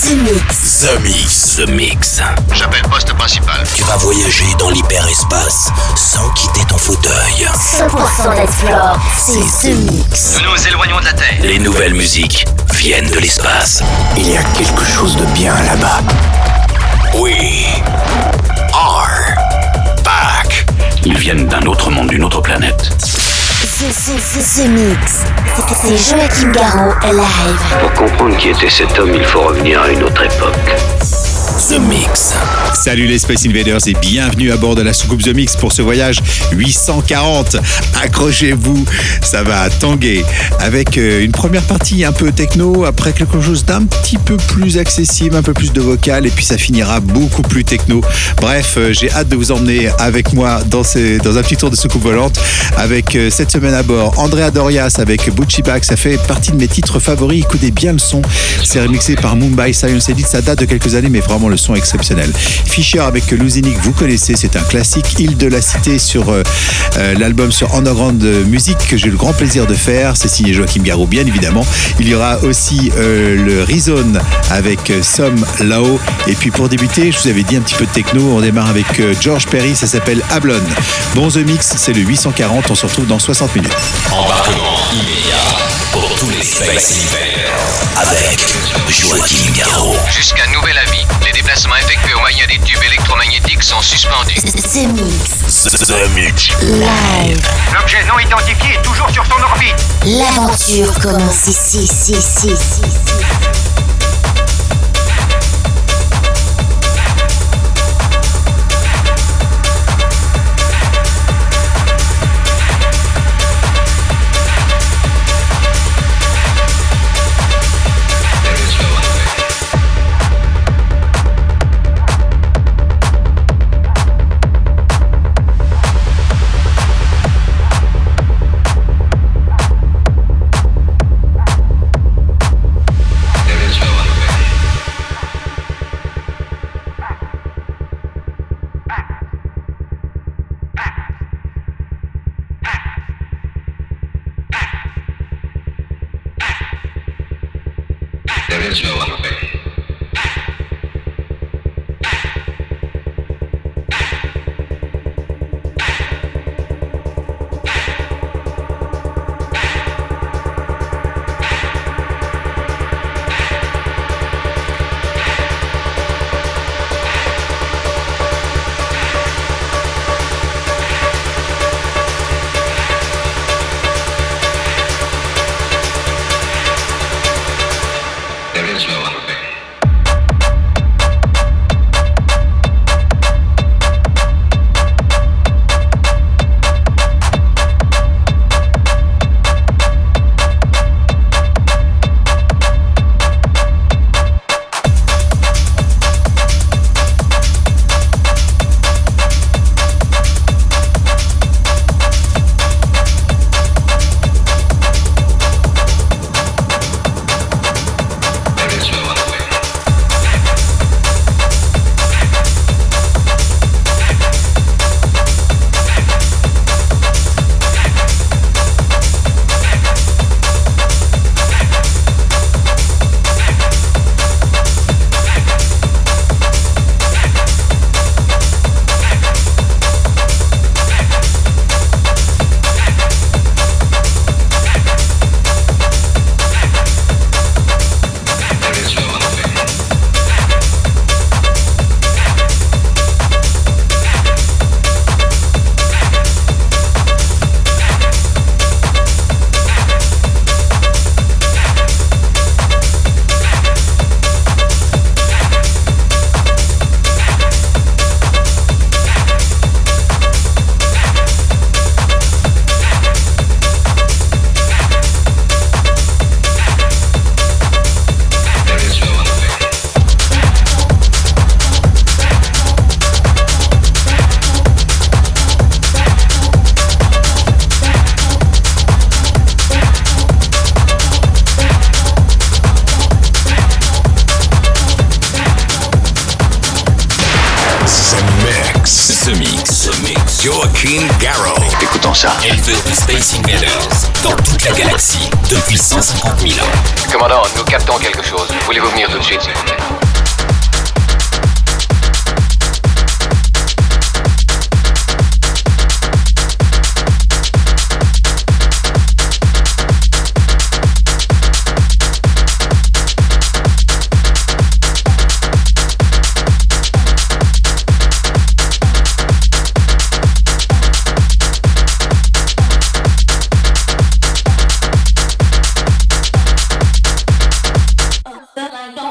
The Mix. The Mix. The Mix. J'appelle poste principal. Tu vas voyager dans l'hyperespace sans quitter ton fauteuil. 100% d'explore, c'est The Mix. Nous nous éloignons de la Terre. Les nouvelles musiques viennent de l'espace. Il y a quelque chose de bien là-bas. We are back. Ils viennent d'un autre monde, d'une autre planète. The Mix. C'est Joachim Garraud live. Pour comprendre qui était cet homme, il faut revenir à une autre époque. The Mix. Salut les Space Invaders et bienvenue à bord de la soucoupe The Mix pour ce voyage 840. Accrochez-vous, ça va tanguer avec une première partie un peu techno, après quelque chose d'un petit peu plus accessible, un peu plus de vocal et puis ça finira beaucoup plus techno. Bref, j'ai hâte de vous emmener avec moi dans un petit tour de soucoupe volante avec cette semaine à bord Andrea Dorias avec Bucci Back. Ça fait partie de mes titres favoris, écoutez bien le son. C'est remixé par Mumbai Science Edit, ça date de quelques années mais vraiment le son est exceptionnel. Fisher avec Luzinik, vous connaissez, c'est un classique. Île de la Cité sur l'album sur Underground Music que j'ai eu le grand plaisir de faire. C'est signé Joachim Garraud, bien évidemment. Il y aura aussi le Rezone avec Some là-haut. Et puis pour débuter, je vous avais dit un petit peu de techno. On démarre avec George Perry, ça s'appelle Ablon. Bon, The Mix, c'est le 840. On se retrouve dans 60 minutes. Embarquement immédiat pour tous les Space Invaders avec Joachim Garraud. Jusqu'à nouvel avis, les déplacements effectués au moyen des tubes électromagnétiques sont suspendus. The Mix. The Mix. Live. L'objet non identifié est toujours sur son orbite. L'aventure commence ici. Joachim Garraud. Écoutons ça. Éleveur de Space Invaders dans toute la galaxie depuis 150 000 ans. Commandant, nous captons quelque chose. Voulez-vous venir tout de suite, s'il vous plaît?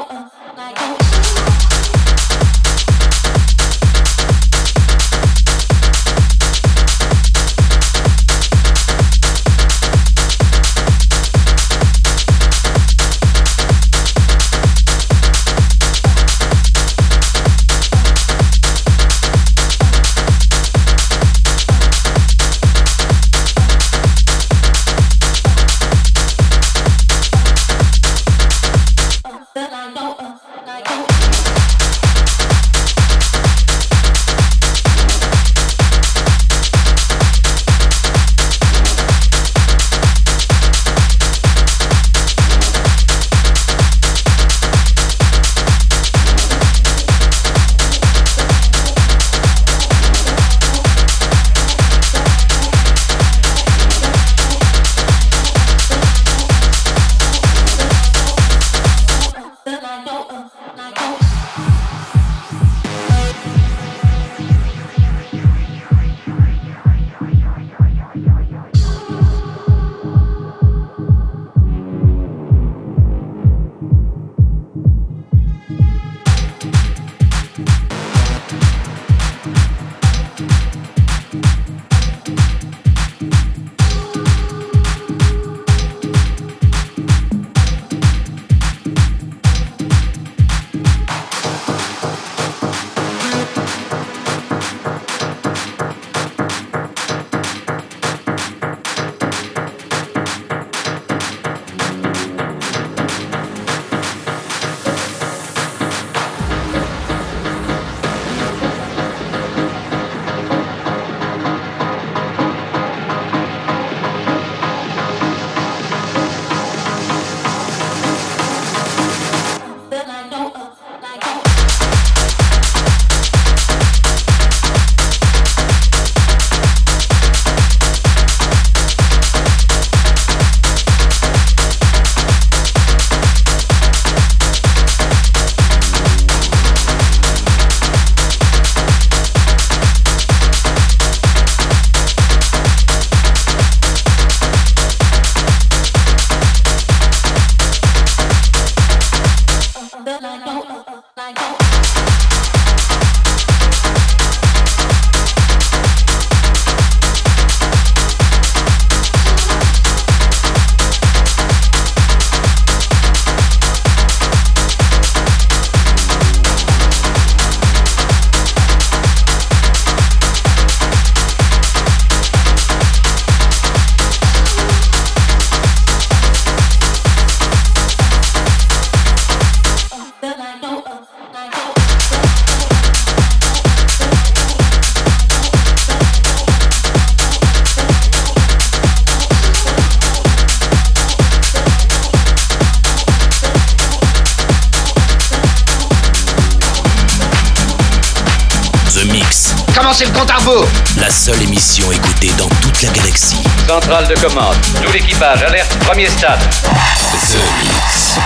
Commencez le compte à rebours. La seule émission écoutée dans toute la galaxie. Centrale de commande. Tout l'équipage, alerte, premier stade. The Mix.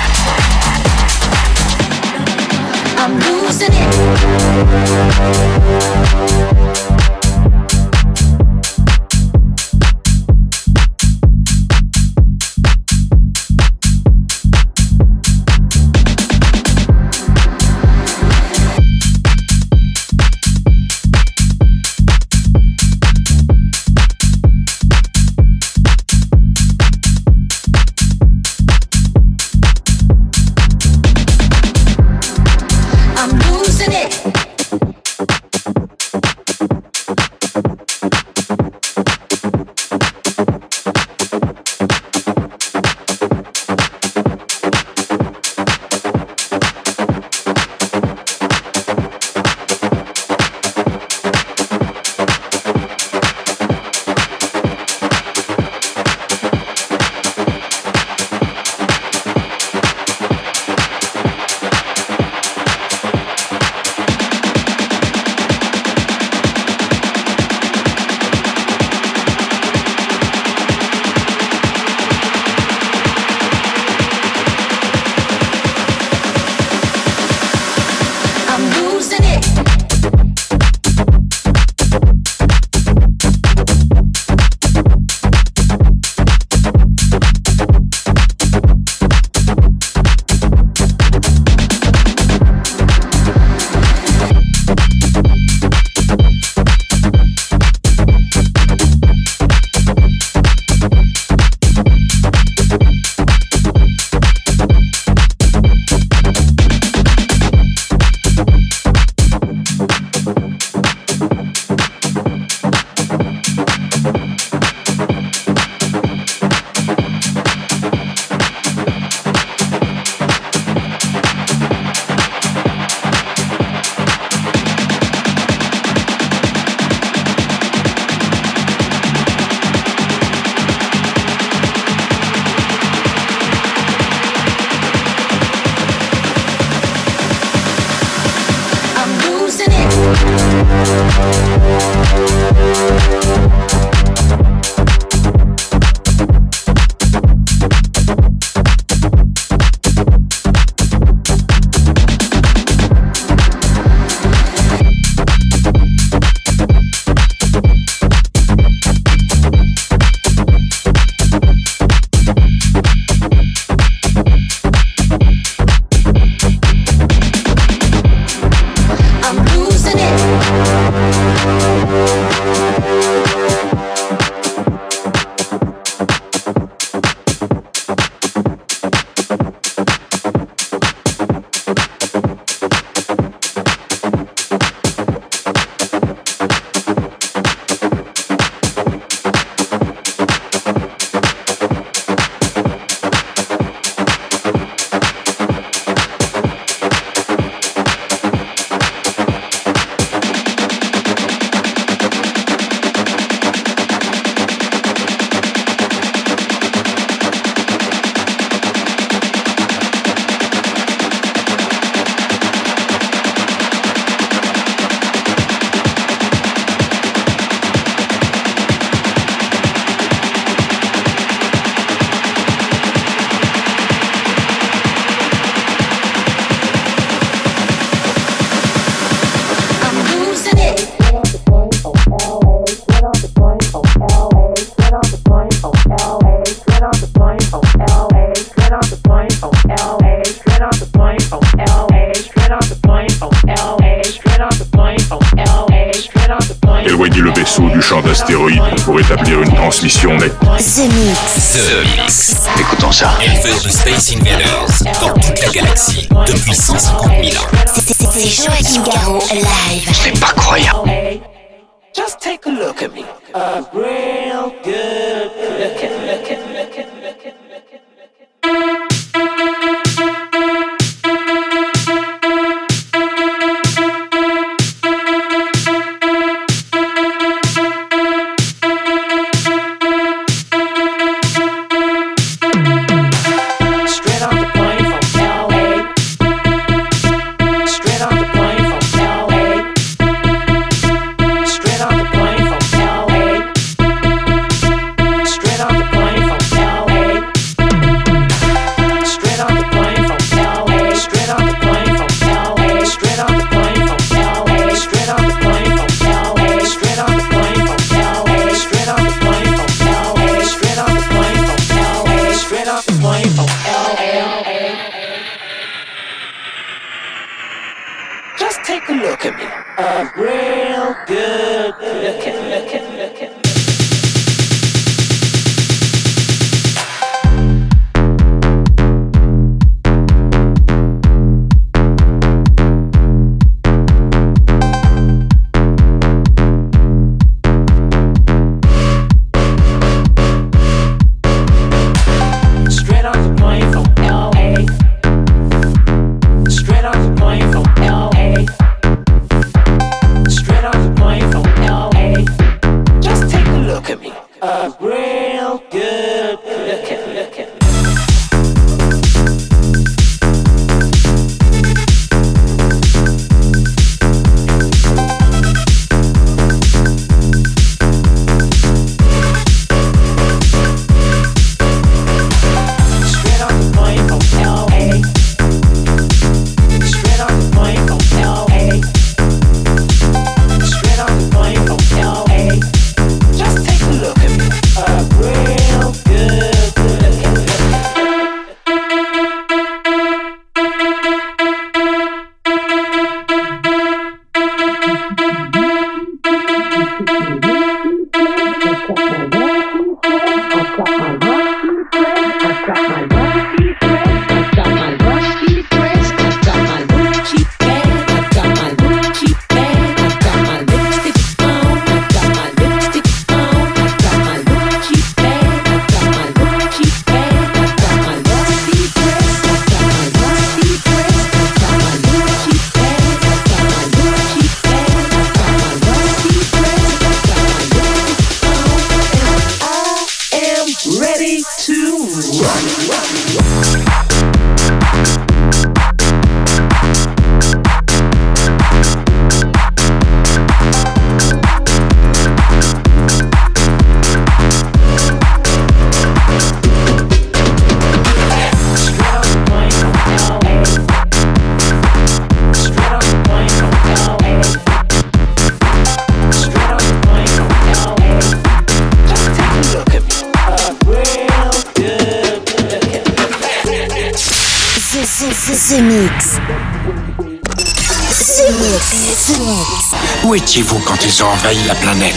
I'm losing it. I'm losing it. Éloignez le vaisseau du champ d'astéroïdes pour établir une transmission nette. The Mix. Écoutons ça. Éleveur de Space Invaders dans toute la galaxie depuis 150 000 ans. C'est Joachim Garraud live. C'est pas croyable. Just take a look at me. A real good look at The Mix. The Mix. Où étiez-vous quand ils ont envahi la planète?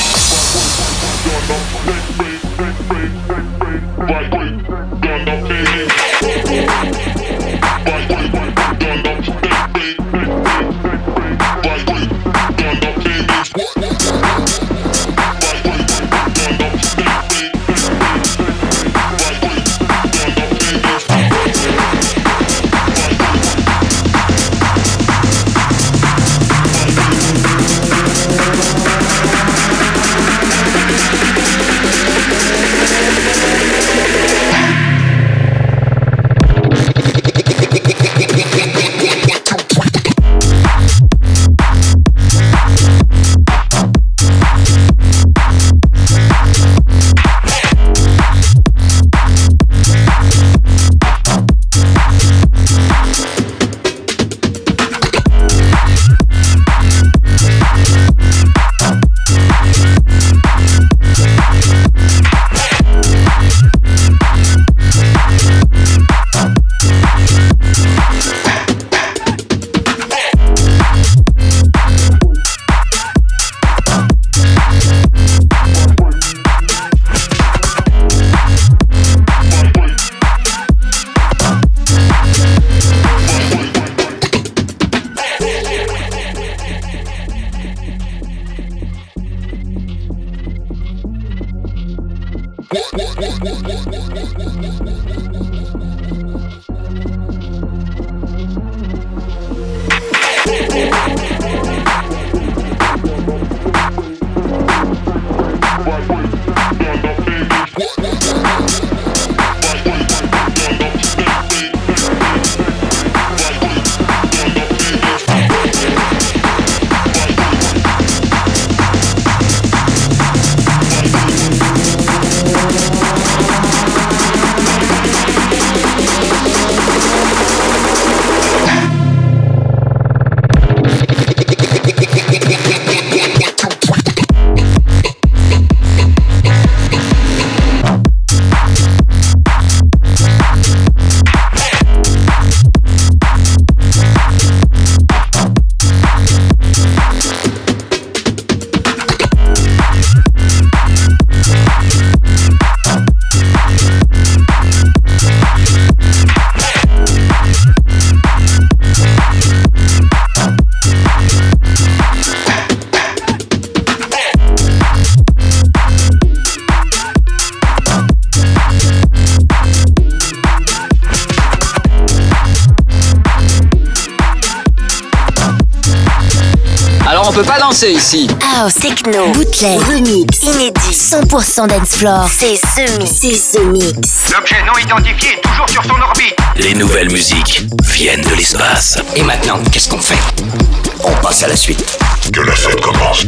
On peut pas danser ici. House, techno, bootleg, remix, inédit, 100% dance floor. C'est The Mix. C'est The Mix. L'objet non identifié est toujours sur son orbite. Les nouvelles musiques viennent de l'espace. Et maintenant, qu'est-ce qu'on fait? On passe à la suite. Que la fête commence.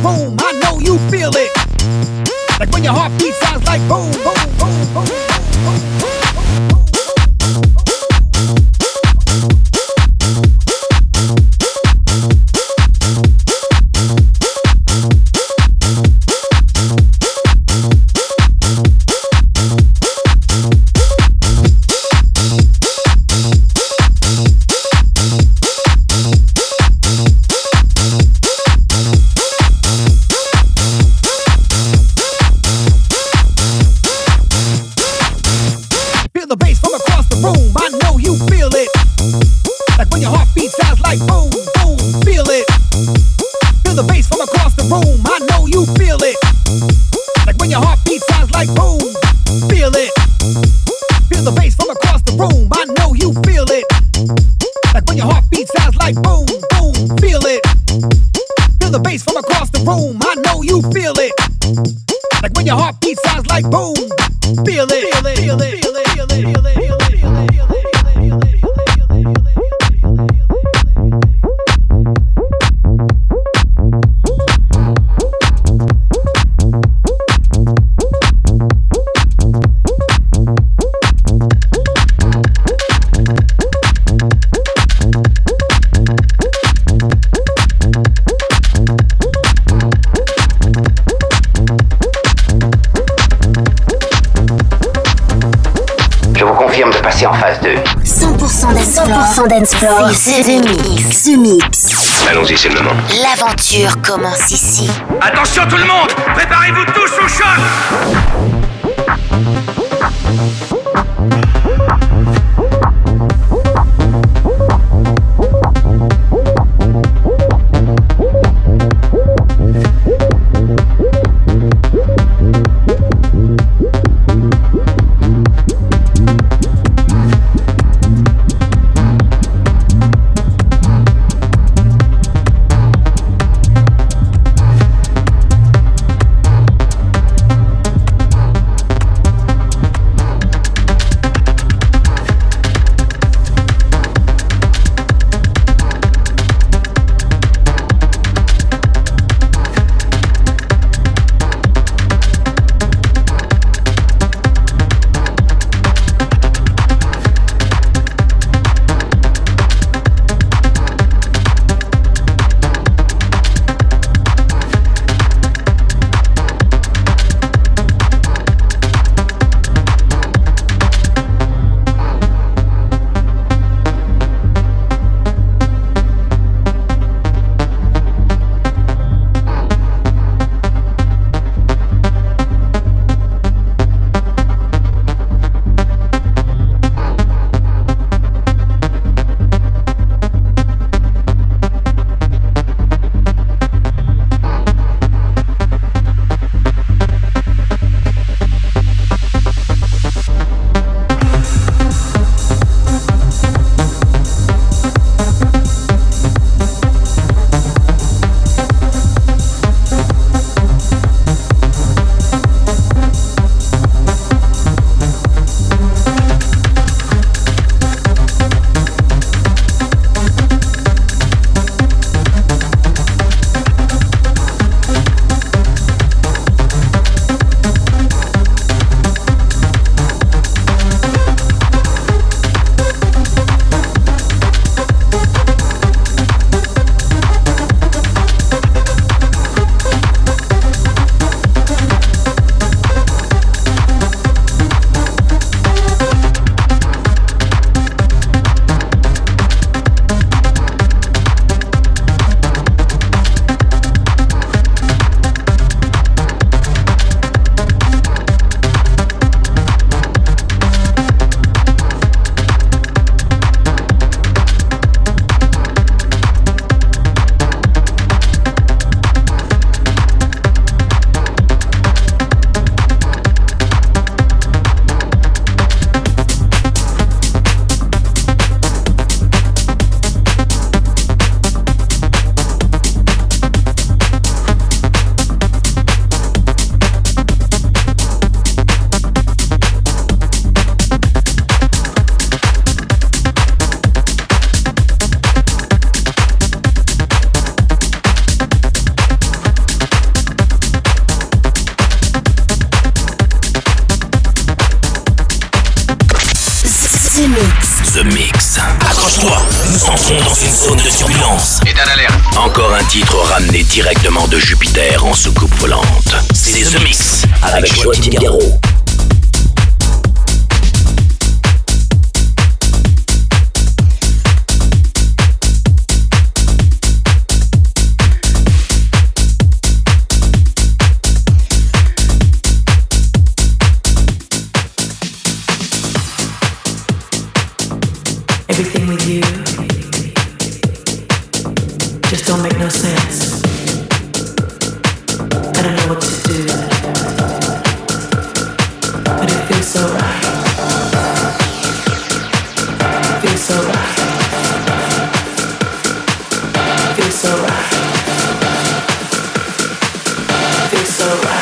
room, I know you feel it. Like when your heartbeat sounds like boom, boom, boom, boom, boom, boom. En phase 2. 100% dance floor. C'est The Mix. Allons-y, c'est le moment. L'aventure commence ici. Attention tout le monde, préparez-vous tous au choc. État d'alerte. Encore un titre ramené directement de Jupiter en soucoupe volante. C'est The Mix avec Joachim Garraud. Everything with you just don't make no sense. I don't know what to do, but it feels so right. It feels so right. It feels so right. It feels so right.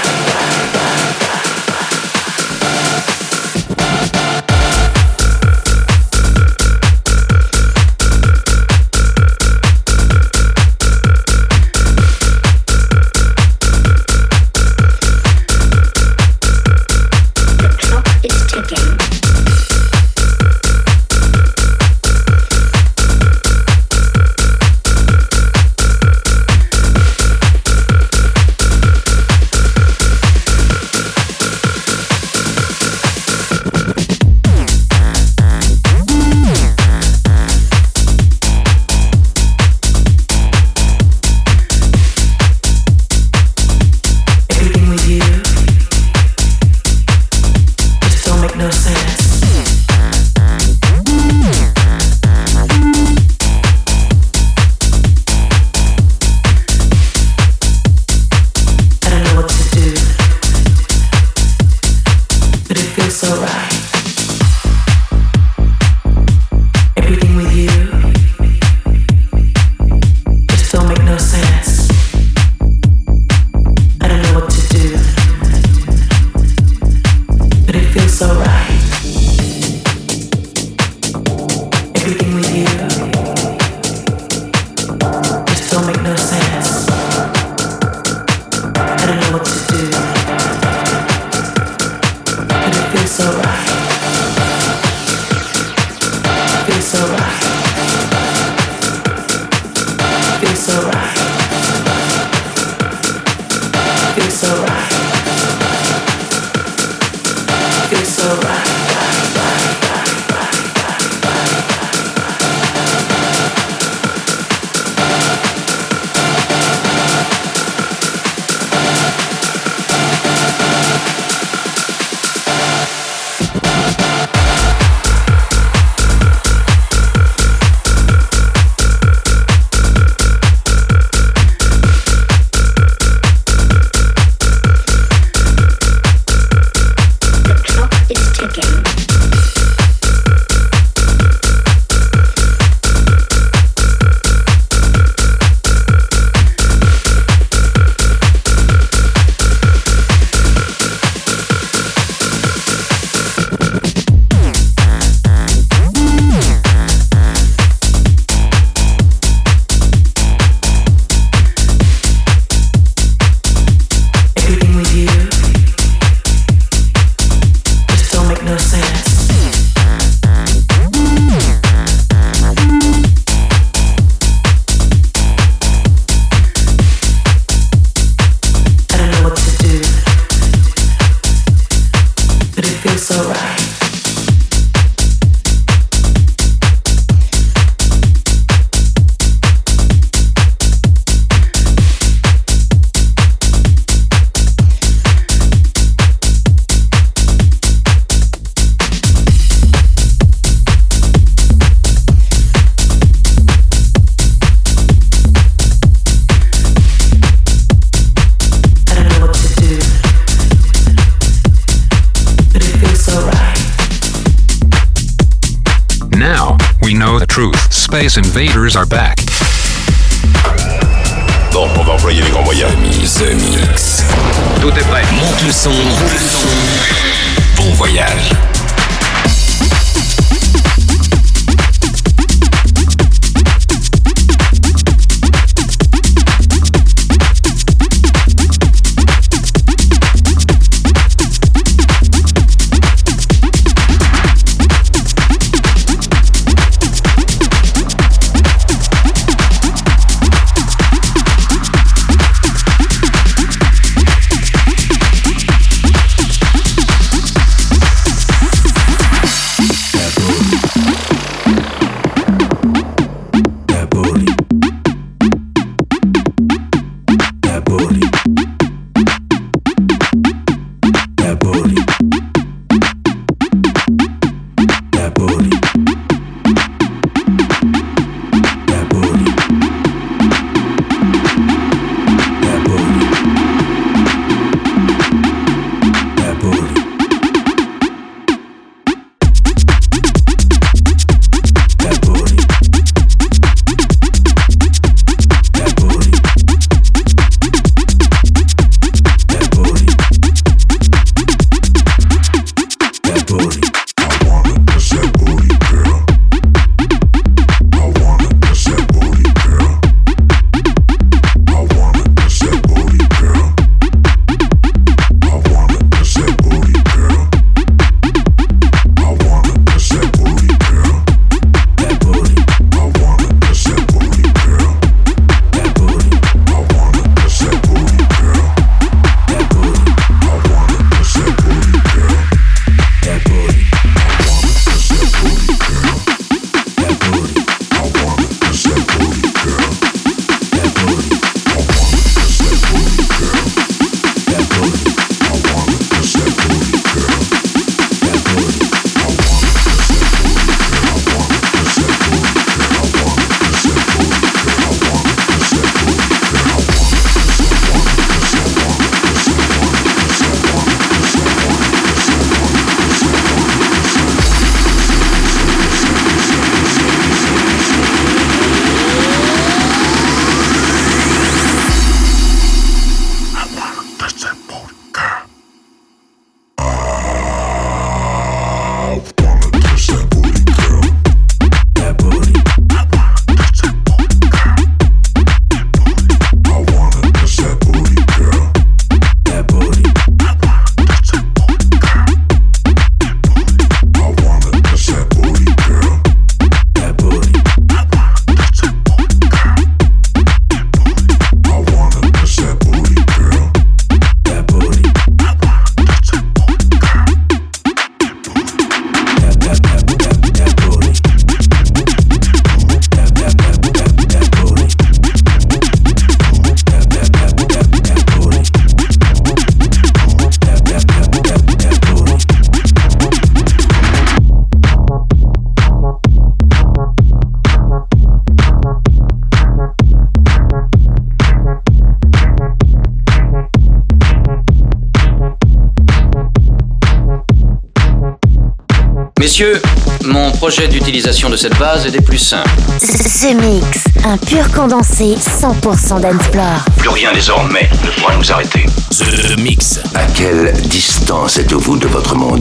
Space Invaders are back. Bon, on va employer les grands moyens. The Mix. Tout est prêt. Monte le son. Bon voyage. Messieurs, mon projet d'utilisation de cette base est des plus simples. The Mix, un pur condensé 100% dancefloor. Plus rien désormais ne pourra nous arrêter. The Mix. À quelle distance êtes-vous de votre monde ?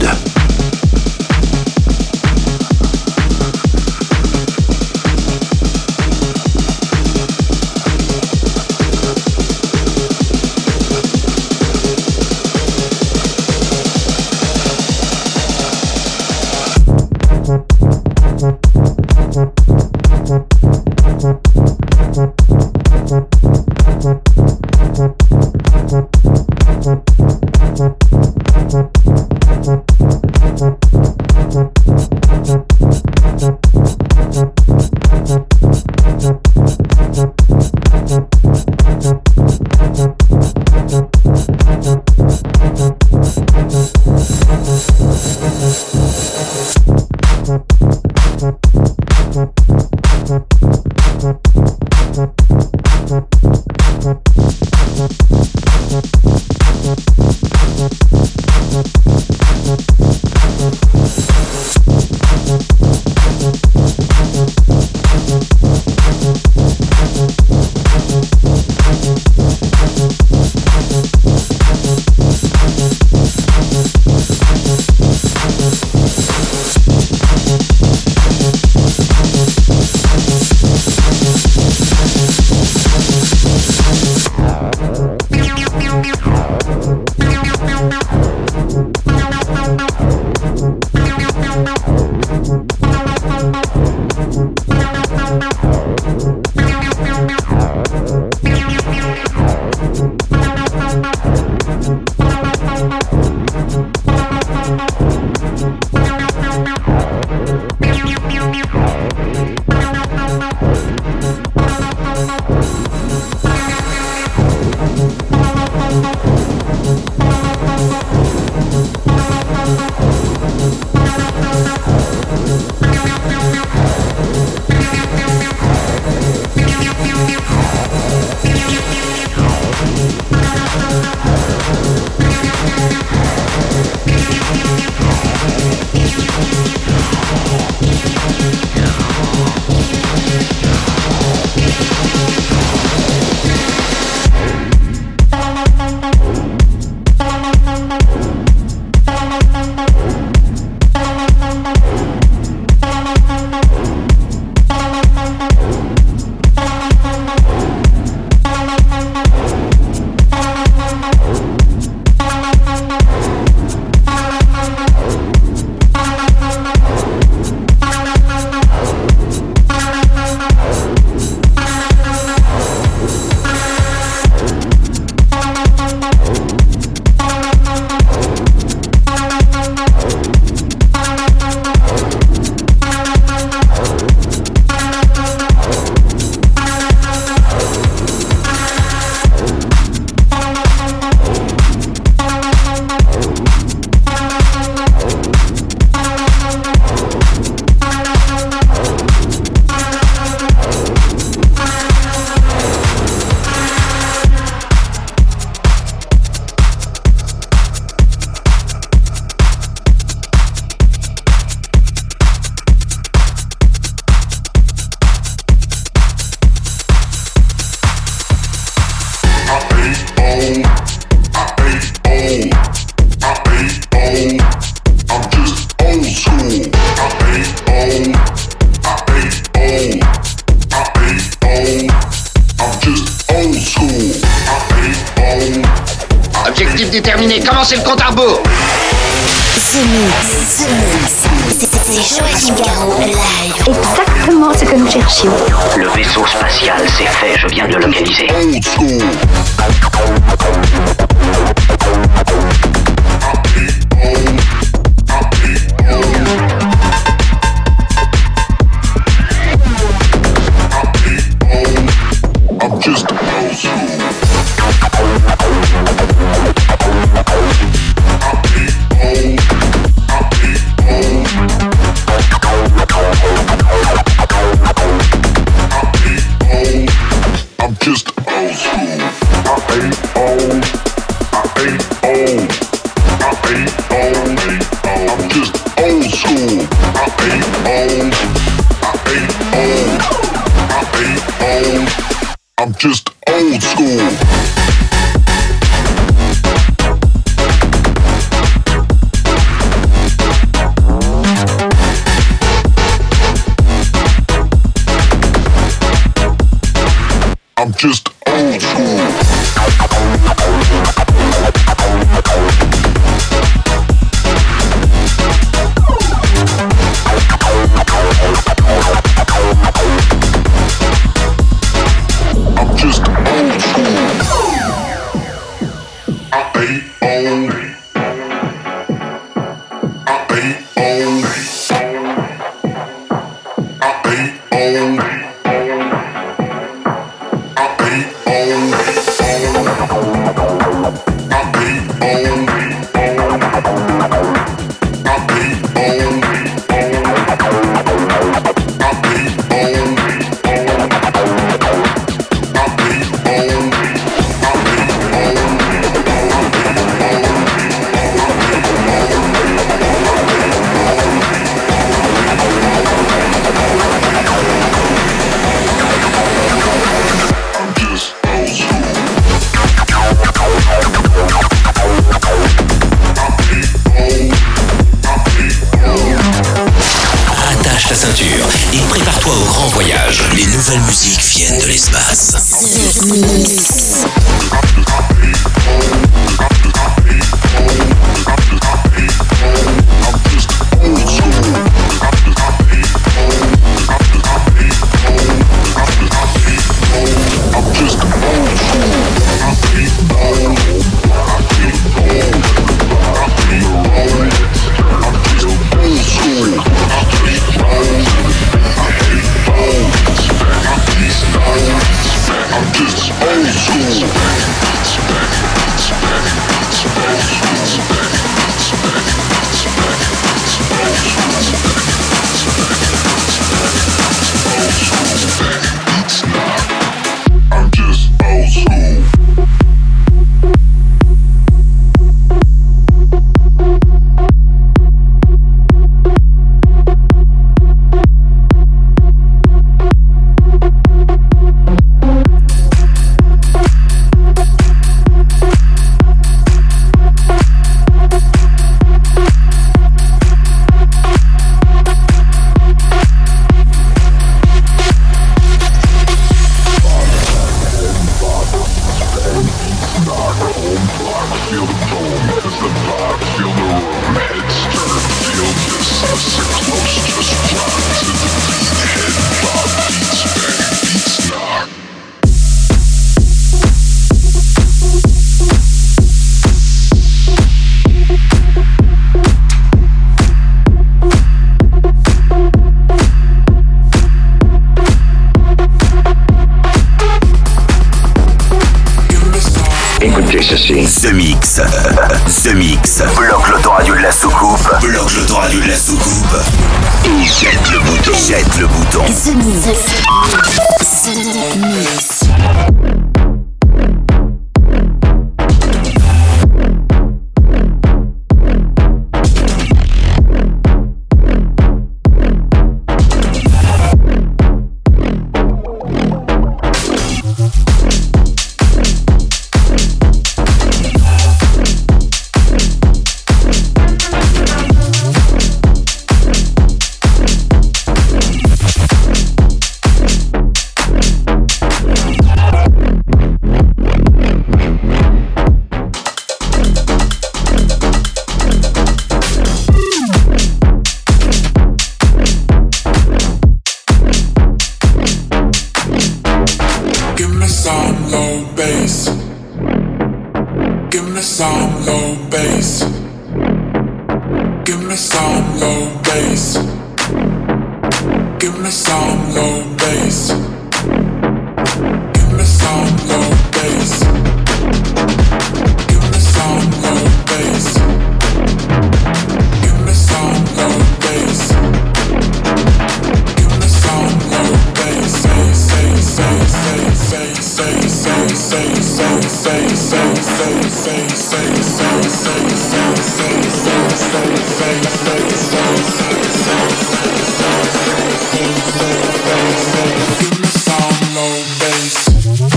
Objectif déterminé, commencez le compte à rebours. The Mix. C'est Joachim Garraud live. Exactement ce que nous cherchions. Le vaisseau spatial, c'est fait, je viens de le localiser. Old school. I'm just old school. I'm just old school. I ain't old. I ain't old. I ain't old. I'm just old school. I'm just old school. I'm just old school. I'm just old school. I ain't old. I ain't old. I ain't old. Et prépare-toi au grand voyage. Les nouvelles musiques viennent de l'espace. The Mix. The Mix. The Mix. Bloque l'autoradio de la soucoupe. Bloque l'autoradio de la soucoupe. Et jette le bouton. Jette le bouton. The Mix. The Mix. Give me some low bass.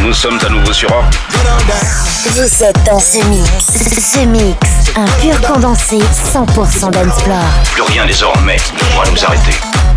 Nous sommes à nouveau sur Or. Vous êtes dans The Mix. The Mix, un pur condensé 100% dancefloor. Plus rien désormais ne pourra nous arrêter.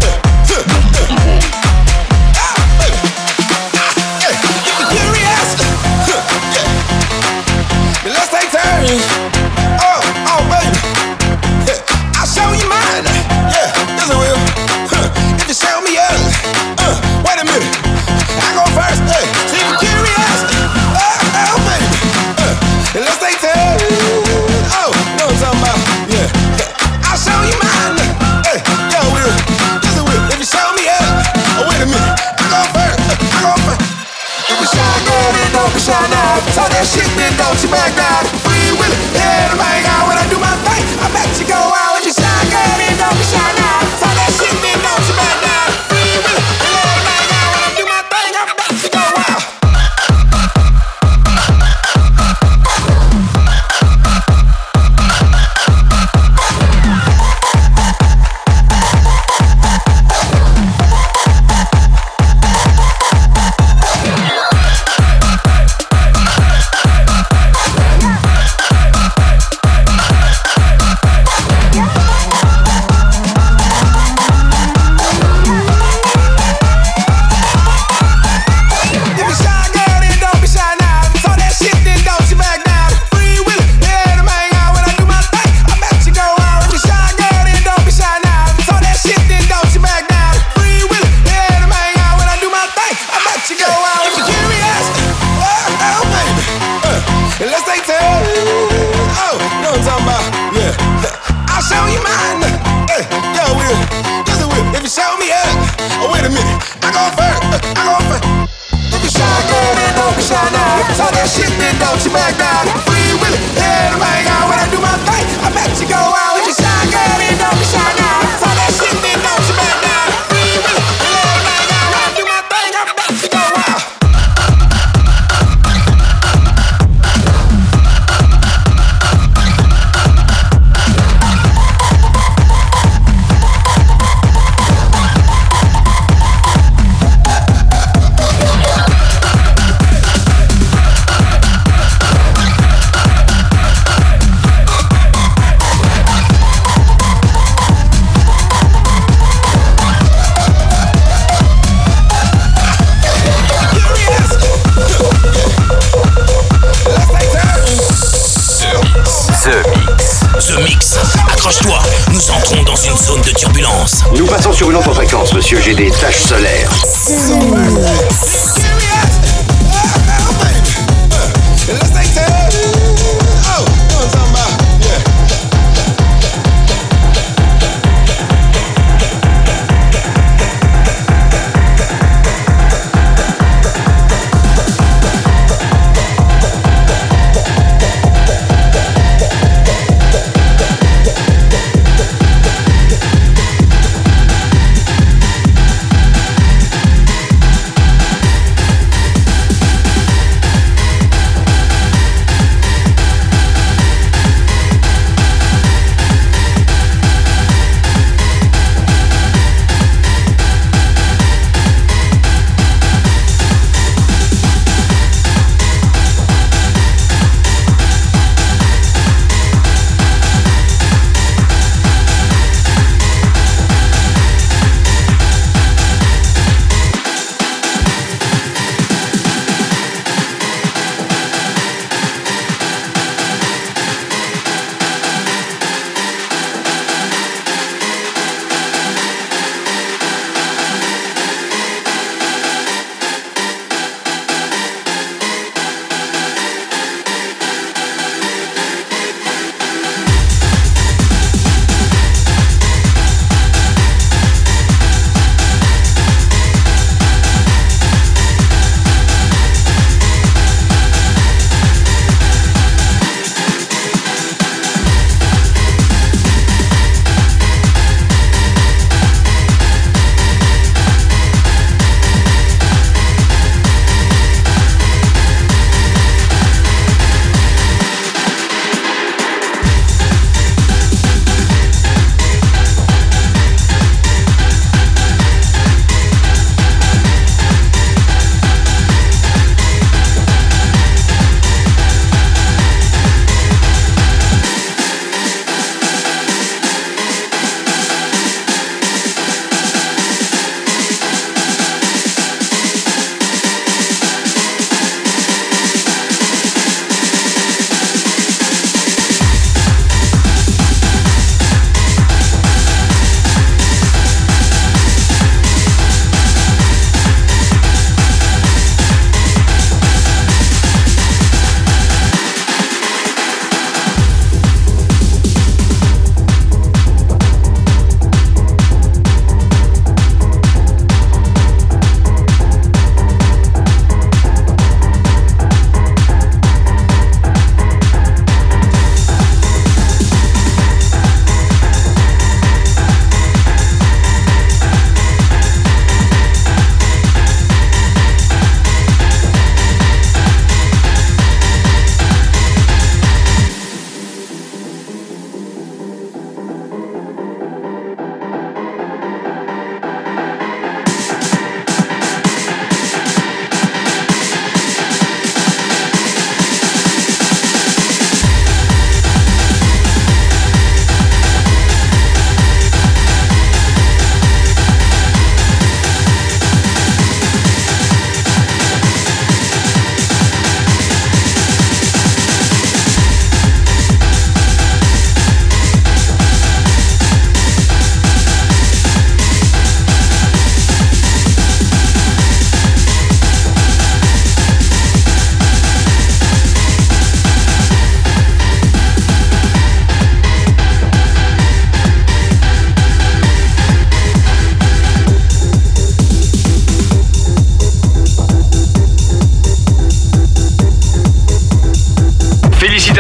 Let's take turns. Oh, baby. I'll show you mine. Yeah, yes I will. If you show me yours. Wait a minute. I go first. Hey, see if you're curious. Oh, baby. Let's take turns. Oh, know what I'm talking about. Yeah. I'll show you mine. Hey, yeah, I will. Yes I will. If you show me yours. Oh, wait a minute. I go first. If you shy, girl, then don't be shy now. If you talk that shit, then don't you back down. Free will it, yeah, the man out when I do my thing. I bet you go out. If you shy, girl, then don't be shy now. If you talk that shit, then don't you back down. Free will it, yeah, the man out when I do my thing. I bet you go out. Nous passons sur une autre fréquence, monsieur, j'ai des taches solaires.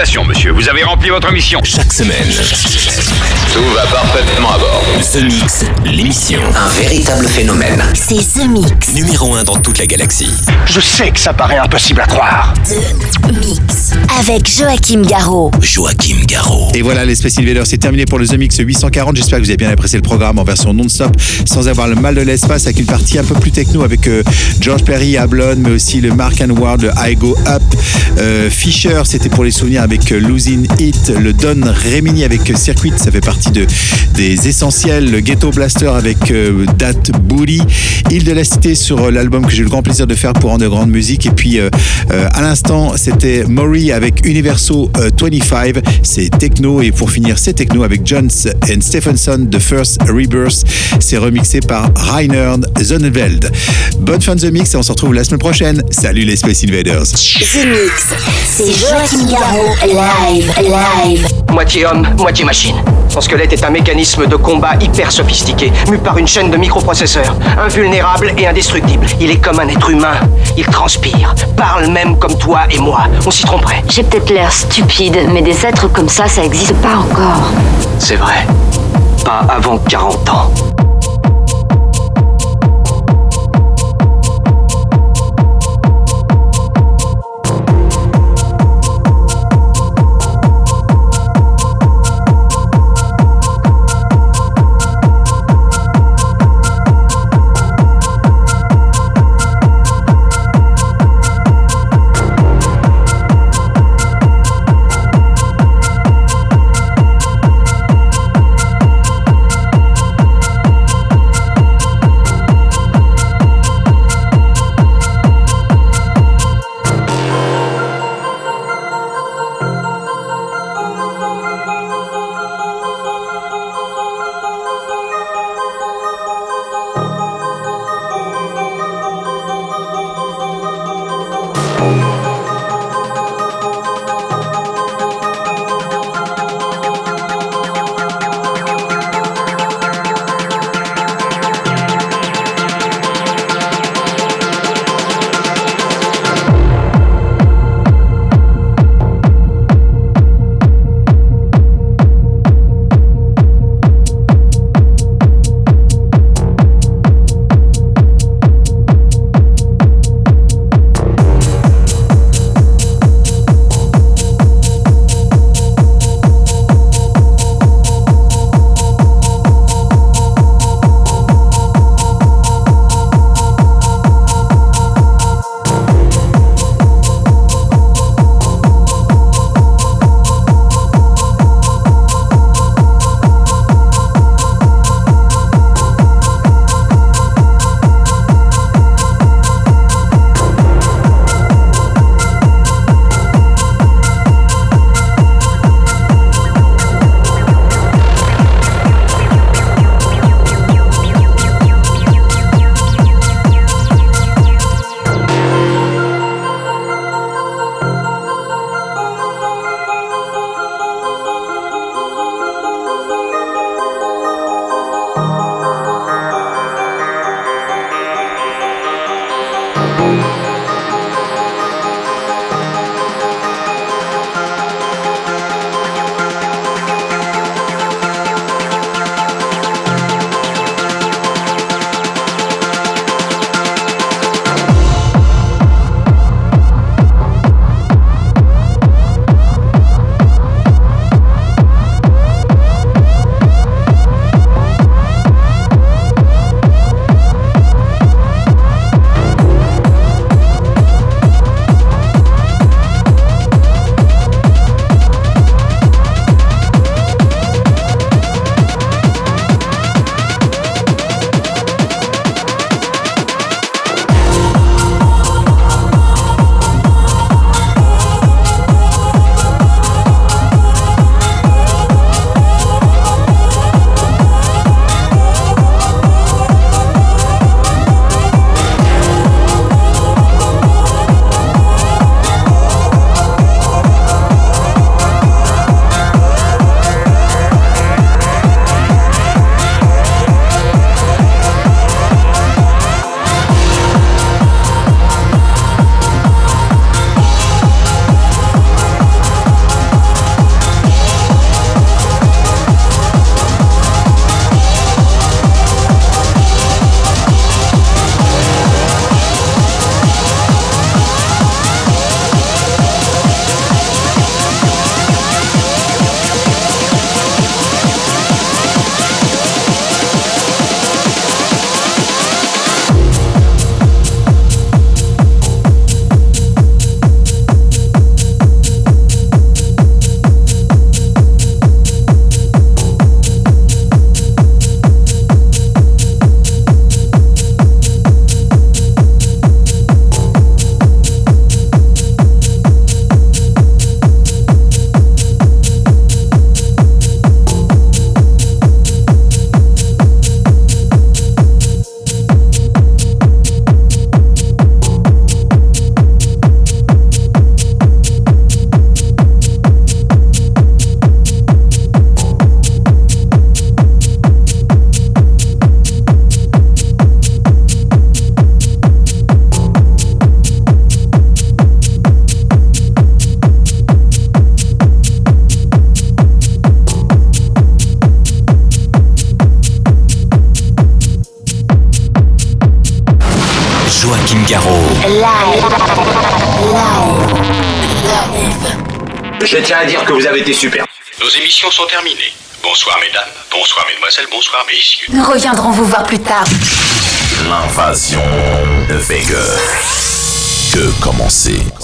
Félicitations, monsieur, vous avez rempli votre mission. Chaque semaine, Tout va parfaitement à bord. The Mix, l'émission. Un véritable phénomène. C'est The Mix. Numéro 1 dans toute la galaxie. Je sais que ça paraît impossible à croire. The Mix. Avec Joachim Garraud. Joachim Garraud. Et voilà, les Space Invaders, c'est terminé pour le The Mix 840. J'espère que vous avez bien apprécié le programme en version non-stop, sans avoir le mal de l'espace, avec une partie un peu plus techno avec George Perry, Ablon, mais aussi le Mark and Ward, le I Go Up. Fisher, c'était pour les souvenirs avec Losing It. Le Don Remini avec Circuit, ça fait partie des essentiels. Le Ghetto Blaster avec Dat Booty. Île de la Cité sur l'album que j'ai eu le grand plaisir de faire pour Underground Music. Et puis à l'instant, c'était Maury avec Universo 25. C'est techno. Et pour finir, c'est techno avec Jones and Stephenson, The First Rebirth. C'est remixé par Reinhard Zonneveld. Bonne fin de The Mix et on se retrouve la semaine prochaine. Salut les Space Invaders. The Mix, c'est Joachim Garraud, live. Moitié homme, moitié machine. Son squelette est un mécanisme de combat hyper sophistiqué, mu par une chaîne de microprocesseurs, invulnérable et indestructible. Il est comme un être humain. Il transpire, parle même comme toi et moi. On s'y tromperait. J'ai peut-être l'air stupide, mais des êtres comme ça existe pas encore. C'est vrai. Pas avant 40 ans. Je tiens à dire que vous avez été super. Nos émissions sont terminées. Bonsoir mesdames, bonsoir mesdemoiselles, bonsoir messieurs. Nous reviendrons vous voir plus tard. L'invasion ne fait que commencer.